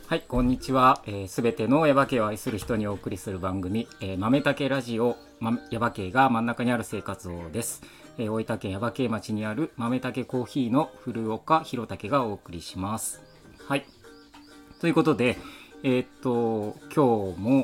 はい、こんにちは。すべての耶馬渓を愛する人にお送りする番組、豆たけラジオ、耶馬渓が真ん中にある生活をです。大分県耶馬渓町にある豆たけコーヒーの古岡弘武がお送りします。はい。ということで、今日も、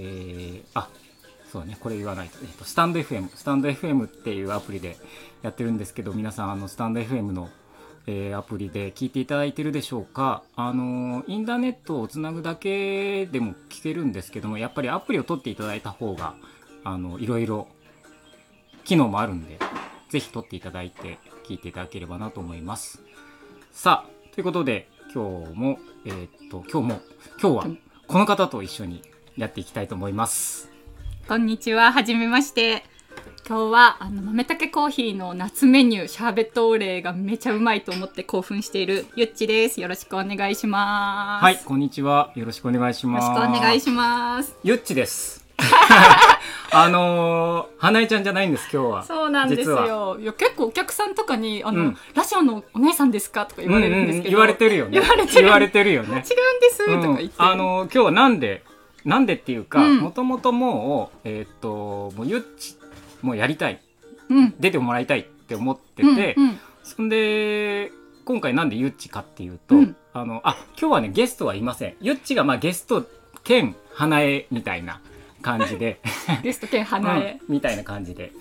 そうね、これ言わないと、スタンド FM っていうアプリでやってるんですけど、皆さんスタンド FM のアプリで聞いていただいてるでしょうか。インターネットをつなぐだけでも聞けるんですけども、やっぱりアプリを取っていただいた方がいろいろ機能もあるんで、ぜひ取っていただいて聞いていただければなと思います。さあ、ということで今日はこの方と一緒にやっていきたいと思います。 こんにちは、はじめまして。今日は豆たけコーヒーの夏メニューシャーベットオーレがめちゃうまいと思って興奮しているゆっちです。よろしくお願いします。 はい、こんにちは。よろしくお願いします。 よろしくお願いします。 ゆっちです。花江ちゃんじゃないんです、今日は。 そうなんですよ。いや、結構お客さんとかにラジオのお姉さんですかとか言われるんですけど、 言われてるよね。言われてるよね。 違うんですとか言って、 今日はなんでっていうか、もともともうゆっちもうやりたい、出てもらいたいって思ってて、そんで今回なんでゆっちかっていうと、今日はねゲストはいません。ゆっちがゲスト兼花江みたいな感じでゲスト兼花江、 みたいな感じで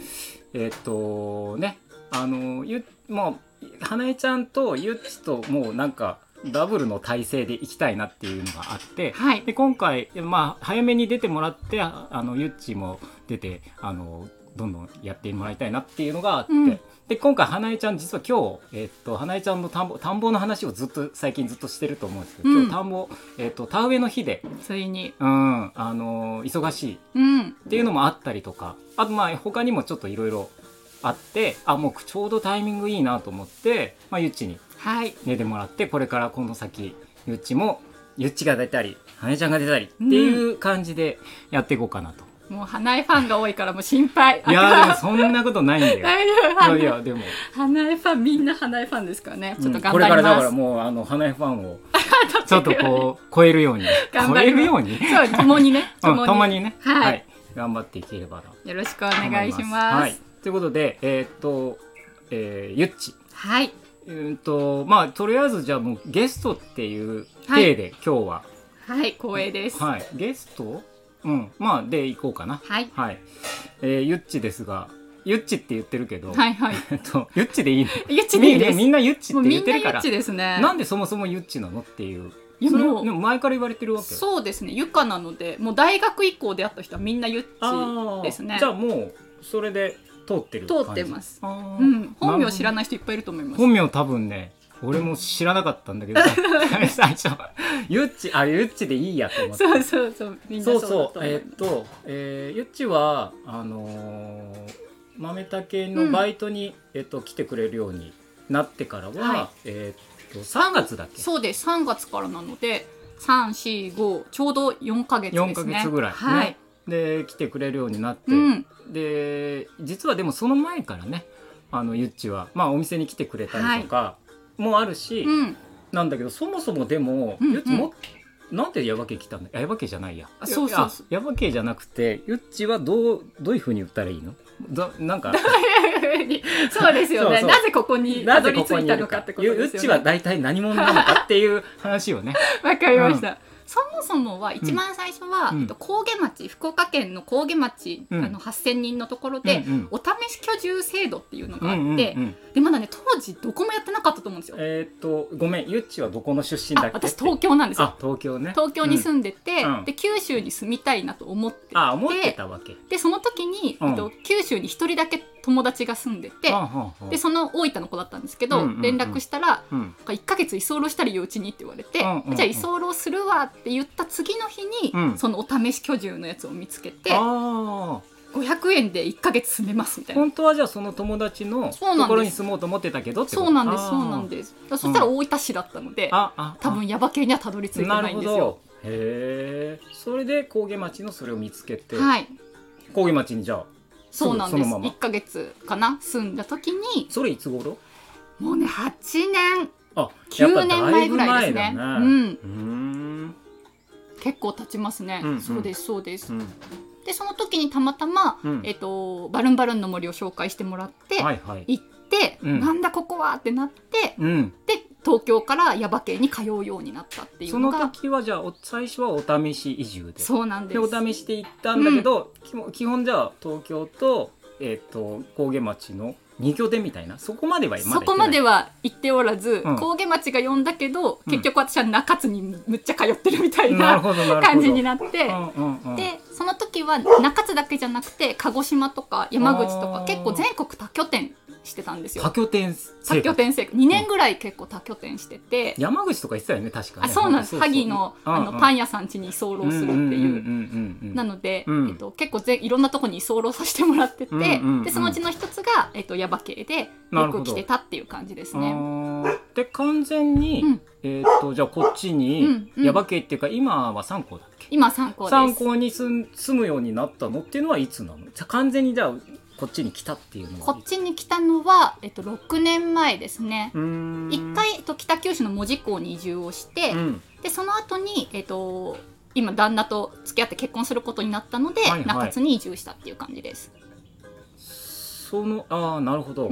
もう花江ちゃんとゆっちともうなんかダブルの体制でいきたいなっていうのがあって、で今回早めに出てもらってゆっちも出てどんどんやってもらいたいなっていうのがあって、で今回花江ちゃん実は今日、花江ちゃんの田んぼの話を最近ずっとしてると思うんですけど、今日田んぼ、田植えの日でついに、 忙しいっていうのもあったりとか、あと他にもちょっといろいろあって、もうちょうどタイミングいいなと思って、ゆっちに出てもらって、これからこの先ゆっちが出たり花江ちゃんが出たりっていう感じでやっていこうかなと。 もう花江ファンが多いからもう心配。 いやでもそんなことないんだよ。 大丈夫。 いやでも花江ファン、みんな花江ファンですからね。ちょっと頑張ります。 これからだからもう花江ファンをちょっとこう超えるように超えるようにそう共にね共にね、 はい、 頑張っていければな。 よろしくお願いします。 はい、ということでゆっち、 はい、 とりあえずじゃあもうゲストっていう体で、今日は光栄です。 はい、ゲストで行こうかな。 はい、 ゆっちですが、ゆっちって言ってるけど、 ゆっちでいいの？ ゆっちでいいです。 みんなゆっちって言ってるから、 みんなゆっちですね。 なんでそもそもゆっちなのっていう。それも前から言われてるわけ。 そうですね。ゆかなので、もう大学以降で会った人はみんなゆっちですね。 じゃあもうそれで通ってる感じ。 通ってます。本名知らない人いっぱいいると思います。 本名多分ね、俺も知らなかったんだけど最初ゆっちでいいやと思って。 そうみんなそうだと思う。 ゆっちは豆たけのバイトに、来てくれるようになってからは、3月だっけ？ そうです。3月からなので3、4、5ちょうど4ヶ月ですね。 4ヶ月ぐらい、ね。はい。で来てくれるようになって、で実はでもその前からね、ゆっちはお店に来てくれたりとかもあるし、なんだけど、そもそもでもゆっちもなんで耶馬渓来たんだ？耶馬渓じゃないや。 そう耶馬渓じゃなくて、ゆっちはどういう風に言ったらいいの？なんかそうですよね。なぜここにたどり着いたのかってことですよね。 ゆっちは大体何者なのかっていう話をね。 わかりました。そもそもは一番最初は上町、福岡県の上町、8000人のところでお試し居住制度っていうのがあって、でまだね当時どこもやってなかったと思うんですよ。 ごめん、ゆっちはどこの出身だっけ？ 私東京なんですよ。 東京ね。 東京に住んでて、で九州に住みたいなと思ってて、 思ってたわけでその時に九州に一人だけ友達が住んでて、でその大分の子だったんですけど、連絡したら1ヶ月居候したりようちにって言われて、じゃあ居候するわって言った次の日に、そのお試し居住のやつを見つけて、500円で1ヶ月住めますみたいな。 本当はじゃあその友達のところに住もうと思ってたけどってこと？ そうなんです。そしたら大分市だったので、多分耶馬渓にはたどり着いてないんですよ。 へえ。それで上町のそれを見つけて、上町にじゃあそうなんです。1ヶ月かな住んだ時に。 それいつ頃？ もうね8年9年前ぐらいですね。 結構経ちますね、 うんうん、 そうですそうです、 うん、 でその時にたまたま、 うんバルンバルンの森を紹介してもらって、 はいはい、 行って、 うん、 なんだここはってなって、 うん、 で東京から耶馬渓に通うようになったっていうのが。 その時はじゃあ最初はお試し移住で、 そうなんです。 お試しで行ったんだけど、基本じゃあ東京と、高下町の2拠点みたいな、そこまではそこまでは行っておらず、 うん、 高下町が呼んだけど、結局私は中津にむっちゃ通ってるみたいな、感じになって、でその時は中津だけじゃなくて鹿児島とか山口とか結構全国多拠点してたんですよ。 多拠点生活2年ぐらい結構多拠点してて、 山口とか言ってたよね確かね。 あ、そうなんです。萩のパン屋さん家に居候するっていうなので、結構いろんなとこに居候させてもらってて、でそのうちの一つが耶馬渓でよく来てたっていう感じですね。 で完全に、じゃあこっちに耶馬渓っていうか今は三校だっけ？ 今三校です。 三校に住むようになったのっていうのはいつなの？じゃあ完全にじゃあこっちに来たっていうのは、 こっちに来たのは、6年前ですね。一回、北九州の門司港に移住をして、でその後に、今旦那と付き合って結婚することになったので、中津に移住したっていう感じです。 なるほど、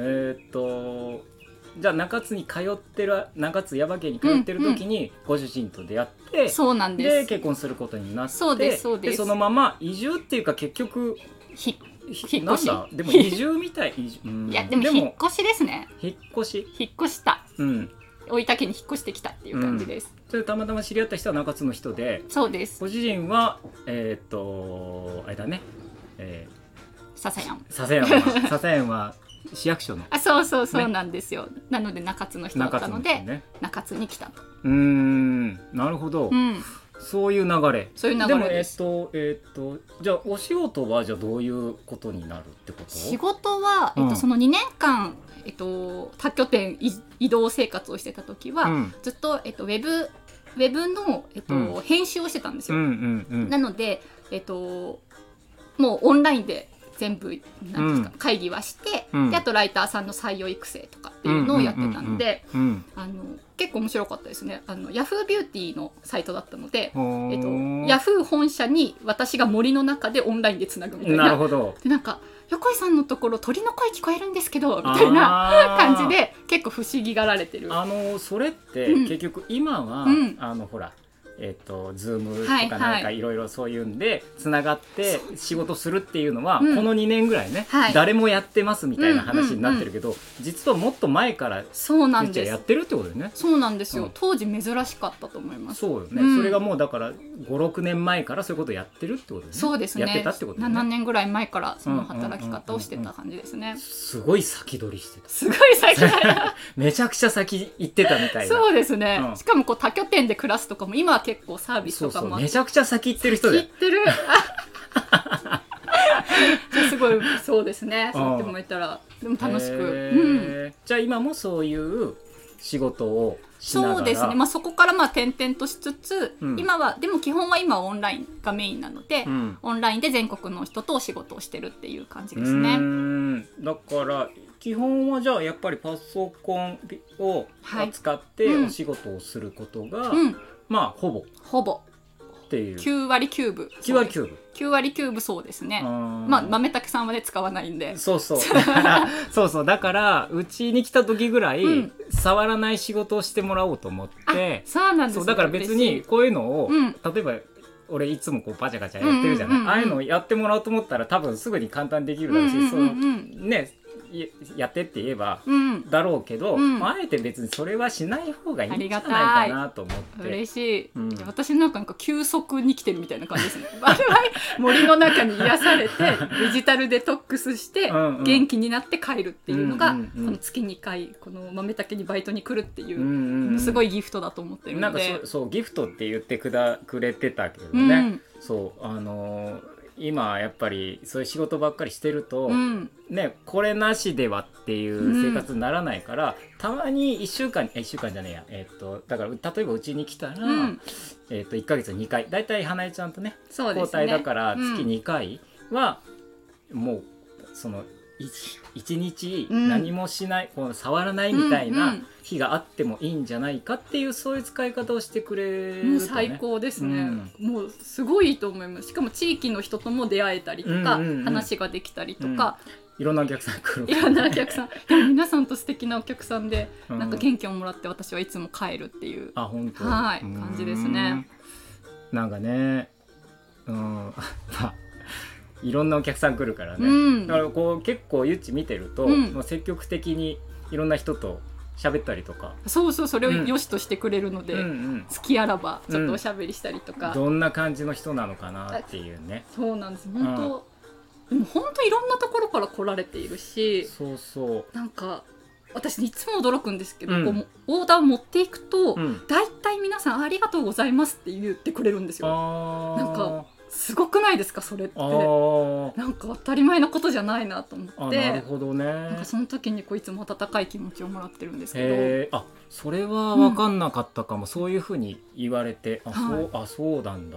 じゃあ中津に中津耶馬渓に通ってる時にご主人と出会って、 そうなんです。 で結婚することになって、 そうですそうです。 でそのまま移住っていうか結局引っ越し。 でも移住みたい。 いやでも引っ越しですね。 引っ越した、大分県に引っ越してきたっていう感じです。 それたまたま知り合った人は中津の人で、 そうです。 ご主人はあれだね、 笹山は市役所の、 そうなんですよ。なので中津の人だったので中津に来たと。 なるほど、そういう流れ。 でもじゃあお仕事はじゃあどういうことになるってこと？ 仕事は、その2年間、多拠点移動生活をしてた時は、ずっと、ウェブの、編集をしてたんですよ。なので、もうオンラインで全部なんですか、会議はして、であとライターさんの採用育成とかっていうのをやってたので、結構面白かったですね。ヤフービューティーのサイトだったので、ヤフー本社に私が森の中でオンラインでつなぐみたいな。 なるほど。 でなんか横井さんのところ鳥の声聞こえるんですけどみたいな感じで結構不思議がられてる。 それって結局今は、ほらズームとかなんかいろいろそういうんでつながって仕事するっていうのは、この2年ぐらいね、誰もやってますみたいな話になってるけど、実はもっと前からそうなんです。 やってるってことだよね。そうなんですよ、当時珍しかったと思います。 そうよね、それがもうだから 5,6 年前からそういうことやってるってことだよね。 そうですね、 やってたってことだよね。 7年ぐらい前からその働き方をしてた感じですね。 すごい先取りしてた。 すごい先取りめちゃくちゃ先行ってたみたいな。 そうですね、しかもこう多拠点で暮らすとかも今は結構サービスとかもめちゃくちゃ先行ってる人で。 行ってるすごいそうですね。そうやってもいたらでも楽しく、 じゃあ今もそういう仕事をしながら。 そうですね、そこから転々としつつ、今はでも基本は今はオンラインがメインなので、オンラインで全国の人とお仕事をしてるっていう感じですね。 だから基本はじゃあやっぱりパソコンを使ってお仕事をすることが、ほぼっていう 9割9分 9割9分 9割9分そうですね。豆竹さんはね使わないんで。 だからうちに来た時ぐらい、触らない仕事をしてもらおうと思って。 そうなんですね。 だから別にこういうのを、例えば俺いつもこうバチャバチャやってるじゃない、ああいうのをやってもらおうと思ったら多分すぐに簡単にできるだろうし、ねやってって言えばだろうけど、あえて別にそれはしない方がいいんじゃないかなと思って。 嬉しい、私なんか休息に来てるみたいな感じですね。森の中に癒されてデジタルデトックスして元気になって帰るっていうのが、この月2回この豆竹にバイトに来るっていうすごいギフトだと思ってるので。 なんかそうギフトって言ってくれてたけどね、今やっぱりそういう仕事ばっかりしてると、これなしではっていう生活にならないから、たまに1週間じゃねえや、だから例えばうちに来たら、1ヶ月2回だいたい花江ちゃんとね交代だから月2回はもうその一日何もしない、こう触らないみたいな日があってもいいんじゃないかっていう、そういう使い方をしてくれると、ね、 最高ですね、もうすごいいいと思います。しかも地域の人とも出会えたりとか、話ができたりとか、 いろんなお客さん来る、 いろんなお客さんでも皆さんと素敵なお客さんで、なんか元気をもらって私はいつも帰るっていう、 本当、 感じですね。 なんかね、いろんなお客さん来るからね、だからこう結構ゆっち見てると、もう積極的にいろんな人と喋ったりとか、 そうそれを良しとしてくれるので、好きあらばちょっとおしゃべりしたりとか、 どんな感じの人なのかなっていうね。 そうなんです、本当、でも本当いろんなところから来られているし、なんか私いつも驚くんですけど、こうオーダーを持っていくと、だいたい皆さんありがとうございますって言ってくれるんですよ。なんかすごくないですかそれって。なんか当たり前のことじゃないなと思って。 なるほどね。 なんかその時にいつも温かい気持ちをもらってるんですけど、 それは分かんなかったかも、そういうふうに言われて、そうなんだ。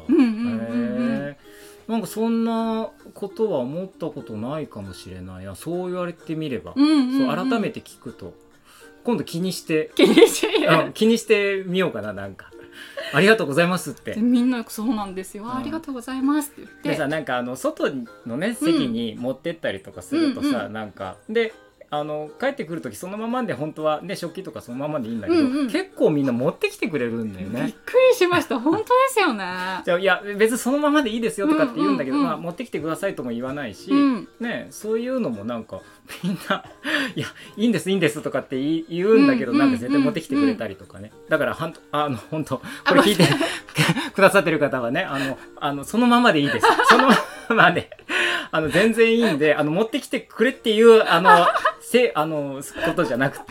なんかそんなことは思ったことないかもしれないな。そう言われてみれば、そう改めて聞くと今度気にしてみようかな。なんかありがとうございますってみんなそうなんですよ、ありがとうございますって言って。 でさ、なんか外のね席に持ってったりとかするとさ、なんかで帰ってくる時そのままで本当はね食器とかそのままでいいんだけど、結構みんな持ってきてくれるんだよね。 びっくりしました。本当ですよね。 じゃあいや別にそのままでいいですよとかって言うんだけど、持ってきてくださいとも言わないし、ね、そういうのもなんかみんないやいいんですとかって言うんだけど、なんか絶対持ってきてくれたりとかね。だから本当これ聞いてくださってる方はね、そのままでいいです。そのままで全然いいんで、持ってきてくれっていうことじゃなくて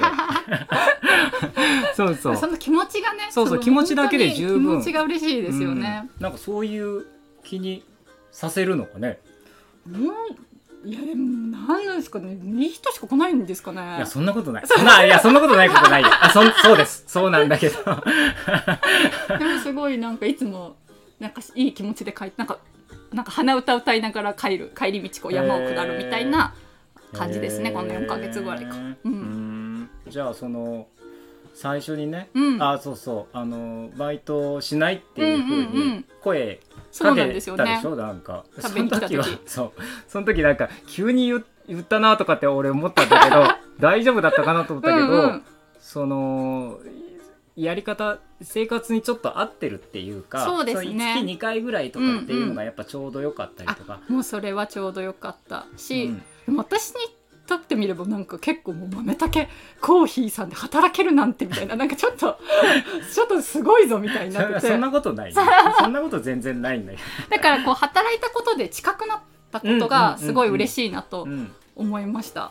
その気持ちがね、 気持ちだけで十分、 気持ちが嬉しいですよね。 なんかそういう気にさせるのかね。 いやでも何なんですかね、いい人しか来ないんですかね。 いやそんなことない。そんなことないことないよ。そうです。そうなんだけどでもすごいなんかいつもなんかいい気持ちでなんか鼻歌歌いながら帰り道山を下るみたいな感じですね、この4ヶ月ぐらいか。 じゃあ最初にね、バイトしないっていう風に声かけたでしょ。なんかその時なんか急に言ったなとかって俺思ったんだけど大丈夫だったかなと思ったけど、やり方生活にちょっと合ってるっていうか、 そうですね、 月2回ぐらいとかっていうのがやっぱちょうどよかったりとか、 もうそれはちょうどよかったし、でも私にとってみればなんか結構もう豆竹コーヒーさんで働けるなんてみたいな、なんかちょっとすごいぞみたいになっててそんなことない、ね、そんなこと全然ないんだよだから働いたことで近くなったことがすごい嬉しいなと思いました。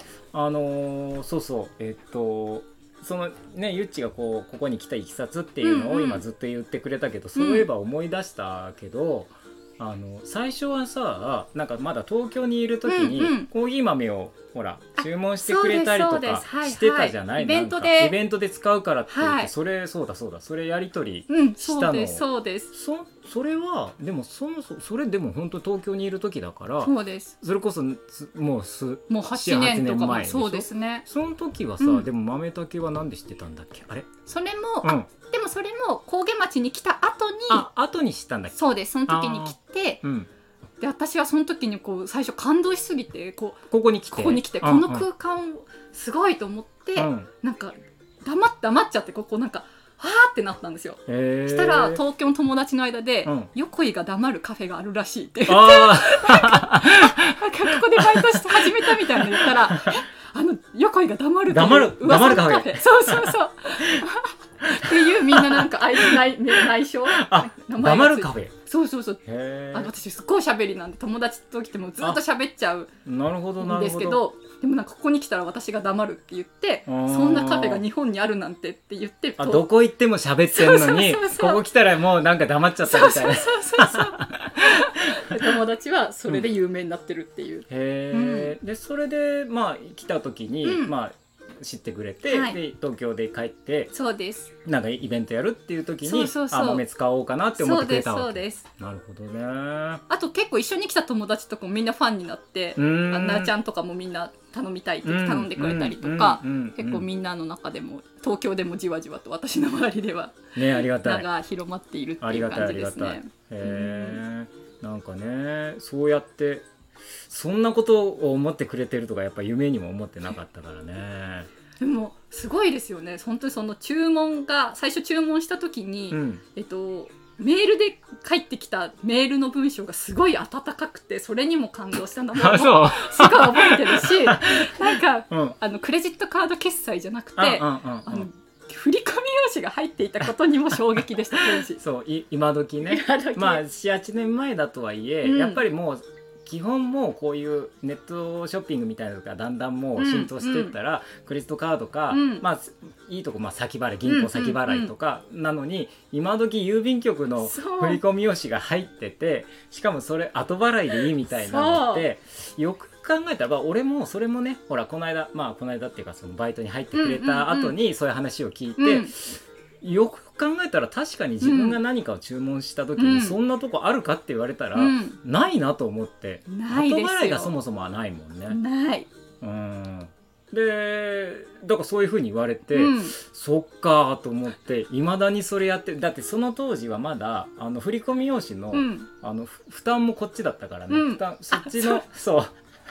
そのね、ゆっちがここに来たいきさつっていうのを今ずっと言ってくれたけど、そういえば思い出したけど、最初はさ、なんかまだ東京にいる時にコーヒー豆をほら注文してくれたりとかしてたじゃない。イベントで使うからって言って、それやり取りしたの。 そうです。 それはでもそれでも本当東京にいる時だから、 そうです。 それこそもう 8年とか前でしょ。そうですね。 その時はさ、でも豆竹はなんで知ってたんだっけ。あれそれも、でもそれも高下町に来た後に知ったんだっけ。 そうです。その時に来て、で私はその時に最初感動しすぎてここに来てこの空間をすごいと思って、なんか黙っちゃって、なんかはーってなったんですよ。したら東京の友達の間で、横井が黙るカフェがあるらしいって言ってなんかここでバイトして始めたみたいなの言ったら横井が黙るカフェそうっていうみんななんか内緒黙るカフェ。 そう私すっごい喋りなんで友達と来てもずっと喋っちゃうんですけど、でもなんかここに来たら私が黙るって言って、そんなカフェが日本にあるなんてって言って、 どこ行っても喋ってるのにここ来たらもうなんか黙っちゃったみたいな。 友達はそれで有名になってるっていう。 でそれで来た時に知ってくれて、で東京で帰って、 そうです、 なんかイベントやるっていう時に豆使おうかなって思ってくれたわけ。 そうです。 なるほどね。 あと結構一緒に来た友達とかもみんなファンになって、なーちゃんとかもみんな頼みたいって頼んでくれたりとか、結構みんなの中でも東京でもじわじわと私の周りではね、ありがたい名が広まっているっていう感じですね。 なんかね、そうやってそんなことを思ってくれてるとかやっぱ夢にも思ってなかったからね。 でもすごいですよね。本当にその注文が最初注文した時に、メールで返ってきたメールの文章がすごい温かくて、それにも感動したのもすごい覚えてるしなんか、クレジットカード決済じゃなくて振り込み用紙が入っていたことにも衝撃でした当時。 そう今時ねまあ 7,8 年前だとはいえ、やっぱりもう基本もうこういうネットショッピングみたいなのがだんだんもう浸透していったら、クレジットカードか、まあいいとこ先払い、銀行先払いとかなのに、今時郵便局の振り込み用紙が入ってて、しかもそれ後払いでいいみたいなのってよく考えたら、俺もそれもね、ほらこの間っていうかそのバイトに入ってくれた後にそういう話を聞いて、よく考えたら確かに自分が何かを注文した時にそんなとこあるかって言われたら、ないなと思って、後払いがそもそもはないもんね。 ない。 でだからそういうふうに言われて、そっかと思っていまだにそれやって。だってその当時はまだ振り込み用紙の、負担もこっちだったからね、そっちのそう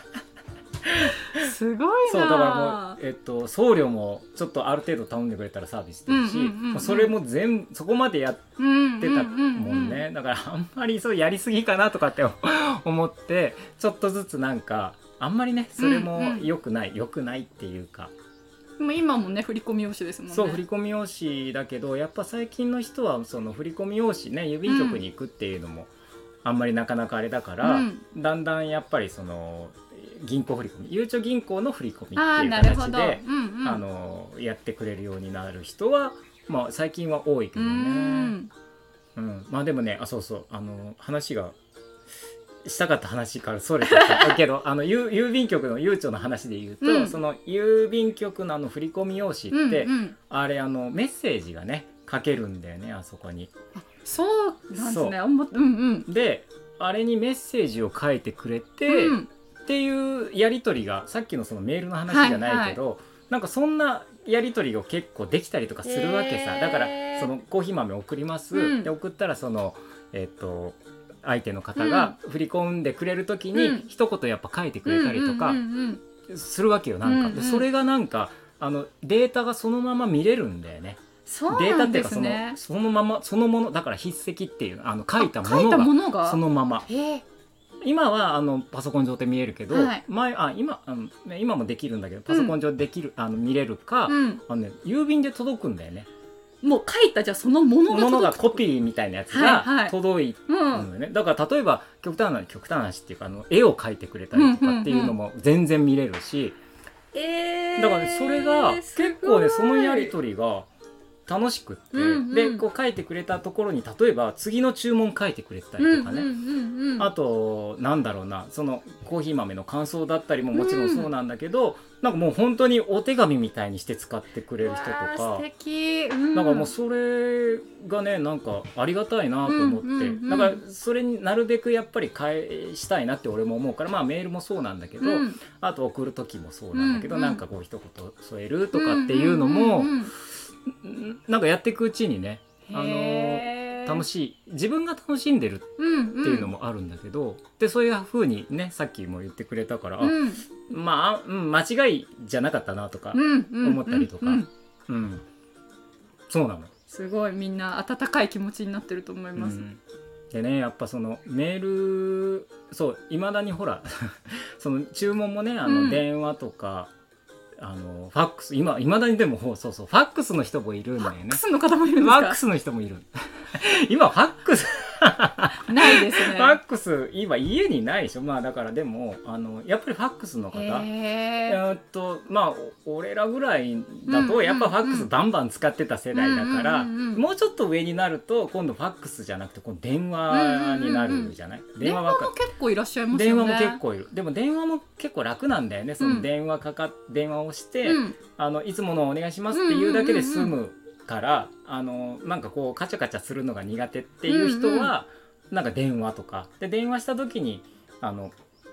すごいな。 そうだからもう、送料もちょっとある程度頼んでくれたらサービスしてるし、それもそこまでやってたもんね。だからあんまりそうやりすぎかなとかって思って、ちょっとずつなんかあんまりねそれも良くないっていうか。 今もね振り込み用紙ですもんね。 そう振り込み用紙だけど、やっぱ最近の人はその振り込み用紙ね、郵便局に行くっていうのもあんまりなかなかあれだから、だんだんやっぱりその銀行振り込み、ゆうちょ銀行の振り込みっていう形でやってくれるようになる人は、まあ、最近は多いけどね。まあでもね、そうそう、話がしたかった話からそれちゃったけど郵便局のゆうちょの話で言うと、その郵便局の振り込み用紙って、あれメッセージがね書けるんだよね、あそこに。 そうなんですね。 であれにメッセージを書いてくれて、っていうやり取りが、さっきのそのメールの話じゃないけど、なんかそんなやり取りが結構できたりとかするわけさ。だからそのコーヒー豆送ります、で送ったらその相手の方が振り込んでくれる時に一言やっぱ書いてくれたりとかするわけよ。なんかでそれがなんかデータがそのまま見れるんだよね。データっていうかそのままそのものだから、筆跡っていう書いたものがそのまま。今はパソコン上で見えるけど、今もできるんだけど、パソコン上でできる、見れるか、郵便で届くんだよね。 もう書いたじゃあそのものがコピーみたいなやつが届いてるんだよね。だから例えば極端な話っていうか絵を描いてくれたりとかっていうのも全然見れるし、だからそれが結構ね、そのやり取りが楽しくって、でこう書いてくれたところに例えば次の注文書いてくれたりとかね、あとなんだろうな、そのコーヒー豆の感想だったりももちろんそうなんだけど、なんかもう本当にお手紙みたいにして使ってくれる人とか、 素敵、 なんかもうそれがね、なんかありがたいなと思って、だからそれになるべくやっぱり返したいなって俺も思うから、まあメールもそうなんだけど、あと送る時もそうなんだけど、なんかこう一言添えるとかっていうのもなんかやっていくうちにね、楽しい、自分が楽しんでるっていうのもあるんだけど、でそういう風にね、さっきも言ってくれたから、まあ、間違いじゃなかったなとか思ったりとか、そうなの。 すごいみんな温かい気持ちになってると思います。 でね、やっぱそのメール、そういまだにほらその注文もね、電話とかファックス、いまだにでもそうファックスの人もいるんだよね。 ファックスの方もいるんですか？ ファックスの人もいる今ファックスないですね。 ファックス今家にないでしょ。まあだからでもやっぱりファックスの方、まあ俺らぐらいだとやっぱファックスバンバン使ってた世代だから、もうちょっと上になると今度ファックスじゃなくて今度電話になるじゃない。 電話も結構いらっしゃいますよね。 電話も結構いる。でも電話も結構楽なんだよね。その電話をして、いつものお願いしますっていうだけで済むから、なんかこうカチャカチャするのが苦手っていう人は、なんか電話とかで電話した時に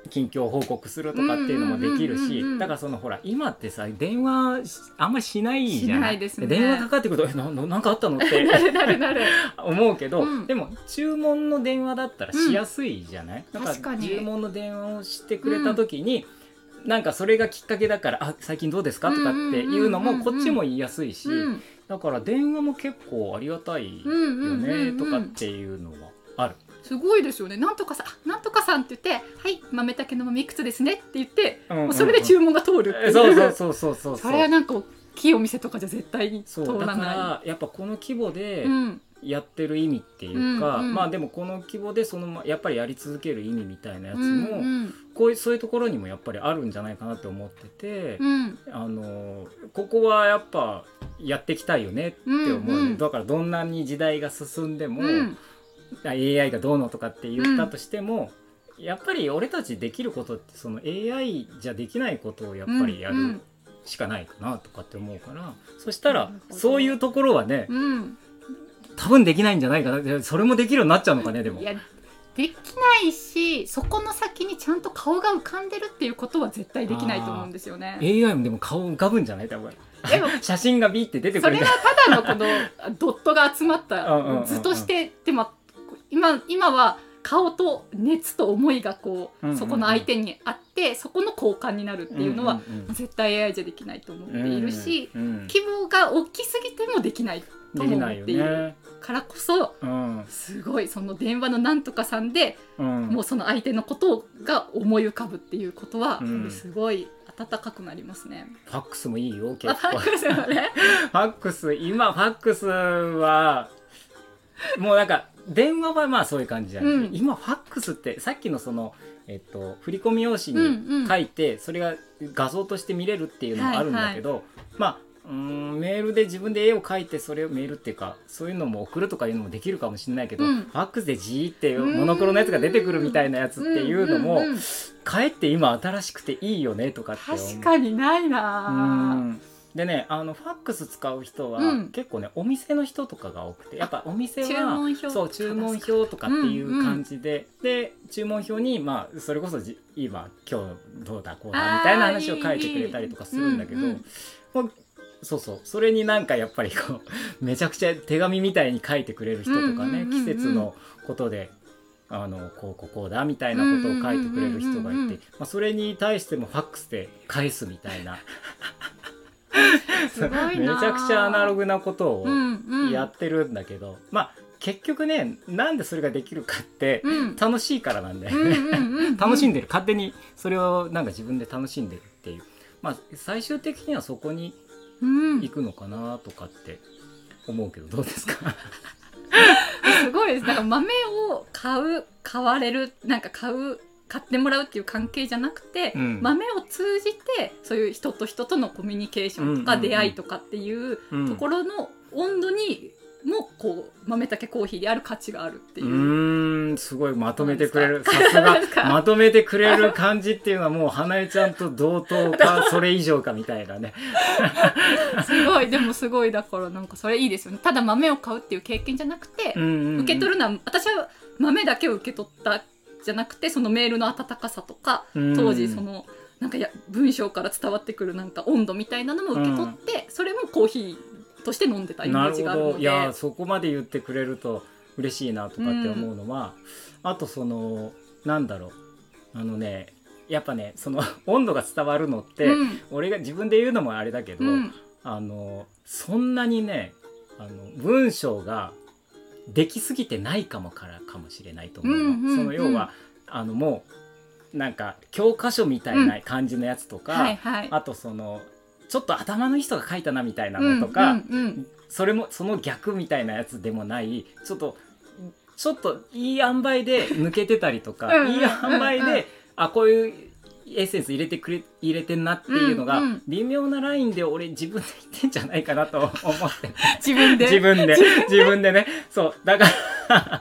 近況報告するとかっていうのもできるし、だからそのほら今ってさ電話あんまりしないじゃない。 しないですね。 電話かかってくるとなんかあったのってなる思うけど、でも注文の電話だったらしやすいじゃない。だから注文の電話をしてくれた時に、なんかそれがきっかけだから「あ、最近どうですか?」とかっていうのもこっちも言いやすいし、だから電話も結構ありがたいよねとかっていうのはある。 すごいですよね。なんとかさん、なんとかさんって言って「はい豆たけの豆いくつですね」って言って、もうそれで注文が通るっていう。そうそれはなんか大きいお店とかじゃ絶対に通らない。 だからやっぱこの規模でやってる意味っていうか、まあでもこの規模でやっぱりやり続ける意味みたいなやつも、そういうところにもやっぱりあるんじゃないかなって思ってて、ここはやっぱやっていきたいよねって思うね。だからどんなに時代が進んでも、AI がどうのとかって言ったとしても、やっぱり俺たちできることってその AI じゃできないことをやっぱりやるしかないかなとかって思うから、そしたらそういうところはね、多分できないんじゃないかな。それもできるようになっちゃうのかね。でもいやできないし、そこの先にちゃんと顔が浮かんでるっていうことは絶対できないと思うんですよね。 AI もでも顔浮かぶんじゃない多分。でも写真がビーって出てくる。 それはただのこのドットが集まった図としてでも今は顔と熱と思いがこう、そこの相手にあってそこの交換になるっていうのは、絶対 AI じゃできないと思っているし、規模が大きすぎてもできないと思っているからこそ、すごいその電話のなんとかさんで、もうその相手のことが思い浮かぶっていうことは、すごい温かくなりますね。 ファックスもいいよ結構。 ファックスはね。 ファックスはもうなんか電話はまあそういう感じじゃない、今ファックスってさっきのその、振り込み用紙に書いて、それが画像として見れるっていうのもあるんだけど、まあメールで自分で絵を描いてそれをメールっていうかそういうのも送るとかいうのもできるかもしれないけど、ファックスでジーってモノクロのやつが出てくるみたいなやつっていうのも、かえって今新しくていいよねとかって思う。 確かにないな。 でね、ファックス使う人は、結構ねお店の人とかが多くて、やっぱお店は注文表とかっていう感じで、で注文表にまあそれこそ今日どうだこうだみたいな話を書いてくれたりとかするんだけど、もうそれになんかやっぱりこうめちゃくちゃ手紙みたいに書いてくれる人とかね、季節のことでこうだみたいなことを書いてくれる人がいて、それに対してもファックスで返すみたいな。 すごいな。 めちゃくちゃアナログなことをやってるんだけど、まあ結局ね、なんでそれができるかって楽しいからなんだよね。楽しんでる、勝手にそれをなんか自分で楽しんでるっていう、まあ最終的にはそこに行くのかなとかって思うけど、どうですか？ すごいです。なんか豆を買われる、なんか買ってもらうっていう関係じゃなくて、豆を通じてそういう人と人とのコミュニケーションとか出会いとかっていうところの温度にもこう豆たけコーヒーである価値があるっていう。 すごいまとめてくれる。さすがまとめてくれる感じっていうのはもう花江ちゃんと同等かそれ以上かみたいなね。 すごい、でもすごい、だからなんかそれいいですよね。ただ豆を買うっていう経験じゃなくて、受け取るのは私は豆だけを受け取ったじゃなくて、そのメールの温かさとか、当時そのなんか文章から伝わってくるなんか温度みたいなのも受け取って、それもコーヒーとして飲んでたイメージがあるので。 いやそこまで言ってくれると嬉しいなとかって思うのは、あとそのなんだろう、やっぱねその温度が伝わるのって、俺が自分で言うのもあれだけど、そんなにね文章ができすぎてないかもしれないと思うの。その要はもうなんか教科書みたいな感じのやつとか、あとそのちょっと頭のいい人が書いたなみたいなのとか、それもその逆みたいなやつでもない、ちょっといい塩梅で抜けてたりとか、いい塩梅でこういうエッセンス入れてんなっていうのが、微妙なラインで俺自分で言ってんじゃないかなと思って自分でね、そうだから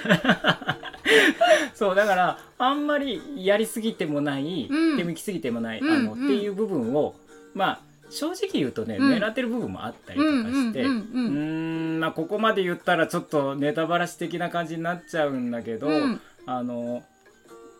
そうだからあんまりやりすぎてもない、手抜きすぎてもない、っていう部分をまあ正直言うとね、狙ってる部分もあったりとかして、まあここまで言ったらちょっとネタバラシ的な感じになっちゃうんだけど、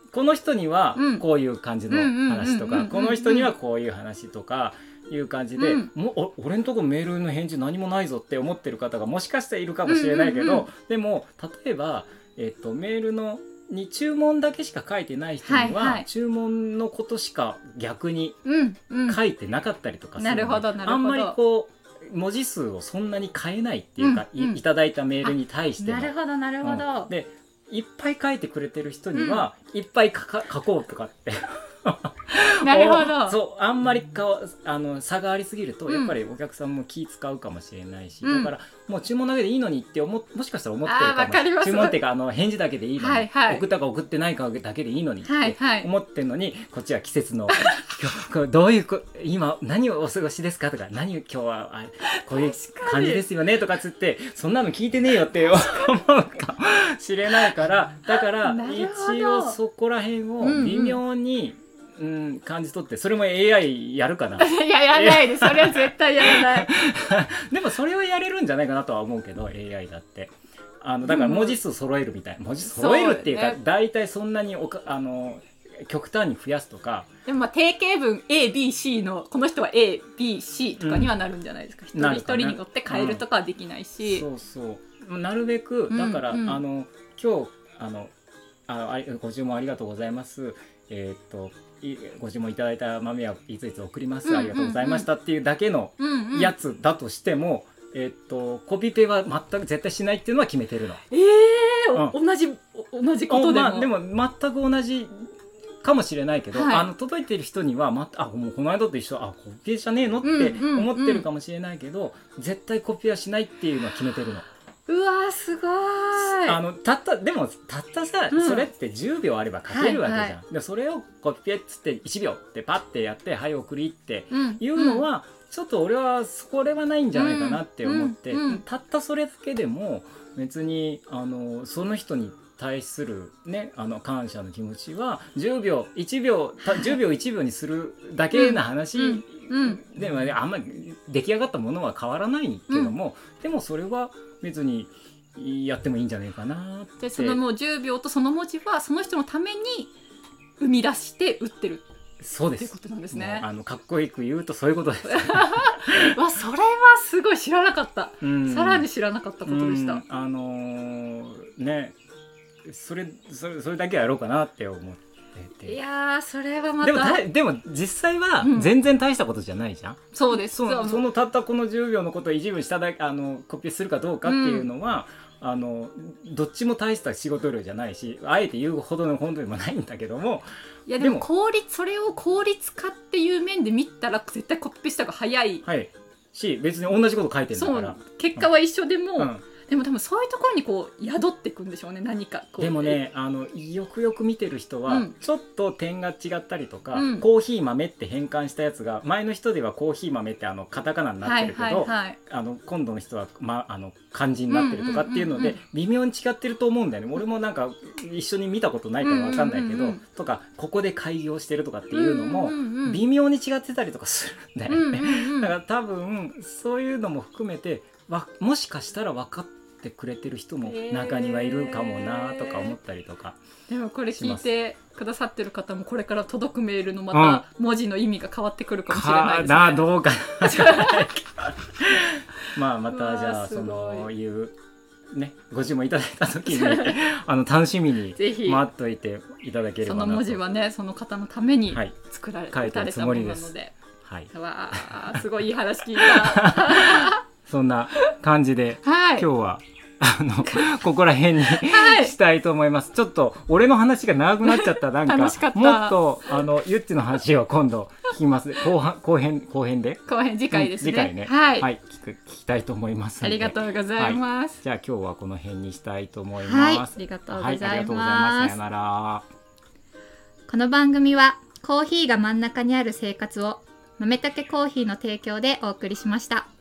この人にはこういう感じの話とか、この人にはこういう話とかいう感じで、俺のとこメールの返事何もないぞって思ってる方がもしかしたらいるかもしれないけど、でも例えば、メールに注文だけしか書いてない人には、注文のことしか逆に書いてなかったりとかするので、あんまりこう文字数をそんなに変えないっていうか、いただいたメールに対しての。 なるほどなるほど。 でいっぱい書いてくれてる人には、いっぱい書こうとかってなるほど。 そうあんまり差がありすぎるとやっぱりお客さんも気使うかもしれないし、だからもう注文だけでいいのにってもしかしたら思ってるかもしれない。注文っていうか返事だけでいいのに、送ったか送ってないかだけでいいのにって思ってるのに、こっちは季節のどういう今何をお過ごしですかとか、今日はこういう感じですよねとかつって、そんなの聞いてねえよって思うかもしれないから、だから一応そこら辺を微妙に感じ取って、それも AI やるかな。 いややらないで、それは絶対やらないでもそれはやれるんじゃないかなとは思うけど、 AI だってだから文字数揃えるみたいな、文字揃えるっていうか、大体そんなに極端に増やすとか。 でも定型文 ABC のこの人は ABC とかにはなるんじゃないですか、一人一人によって変えるとかはできないし、 そうそうなるべくだから、今日ご注文ありがとうございます、ご注文いただいた豆はいついつ送ります、ありがとうございましたっていうだけのやつだとしても、コピペは全く絶対しないっていうのは決めてるの。 同じことでも、 でも全く同じかもしれないけど、届いてる人にはもうこの間と一緒、コピペじゃねえのって思ってるかもしれないけど、絶対コピペはしないっていうのは決めてるの。 うわすごい。 たったさ、それって10秒あれば書けるわけじゃん。でそれをコピペっつって1秒ってパッてやってはい送りっていうのは、ちょっと俺はそれはないんじゃないかなって思って、たったそれだけでも別にその人に対するね感謝の気持ちは10秒1秒にするだけな話でも、あんまり出来上がったものは変わらないけども、でもそれは別にやってもいいんじゃないかなって。 でそのもう10秒とその文字はその人のために生み出して打ってる。 そうです。 ということなんですね。 かっこよく言うとそういうことです。 それはすごい知らなかった。さらに知らなかったことでした。 ね、それだけはやろうかなって思ってて。 いやそれはまたでも実際は全然大したことじゃないじゃん。 そうです。 そのたったこの10秒のことを一部下だけコピーするかどうかっていうのは、どっちも大した仕事量じゃないし、あえて言うほどの本当にもないんだけども、 いやでもそれを効率化っていう面で見たら絶対コピペした方が早い、 し、別に同じこと書いてるんだから、 結果は一緒でも、でも多分そういうところにこう宿っていくんでしょうね、何かこう。 でもね、よくよく見てる人は、ちょっと点が違ったりとか、コーヒー豆って変換したやつが、前の人ではコーヒー豆ってカタカナになってるけど、今度の人は、漢字になってるとかっていうので、微妙に違ってると思うんだよね。俺もなんか一緒に見たことないから分かんないけど、とかここで開業してるとかっていうのも微妙に違ってたりとかするんだよね。だから多分そういうのも含めてもしかしたら分かってくれてる人も中にはいるかもなとか思ったりとか。 でもこれ聞いてくださってる方もこれから届くメールのまた文字の意味が変わってくるかもしれないですね。 どうかな。またじゃあそういうね、ご注文いただいた時に楽しみに待っといていただければなと。 その文字はね、その方のために作られたものなので、わあすごいいい話聞いた。 そんな感じで、今日はここら辺にしたいと思います。ちょっと俺の話が長くなっちゃった。なんか楽しかった。 もっとゆっちの話を今度聞きます。後編次回ですね。 次回ね。聞きたいと思います。 ありがとうございます。 じゃあ今日はこの辺にしたいと思います。 ありがとうございます。 ありがとうございます。さよなら。 この番組はコーヒーが真ん中にある生活を豆たけコーヒーの提供でお送りしました。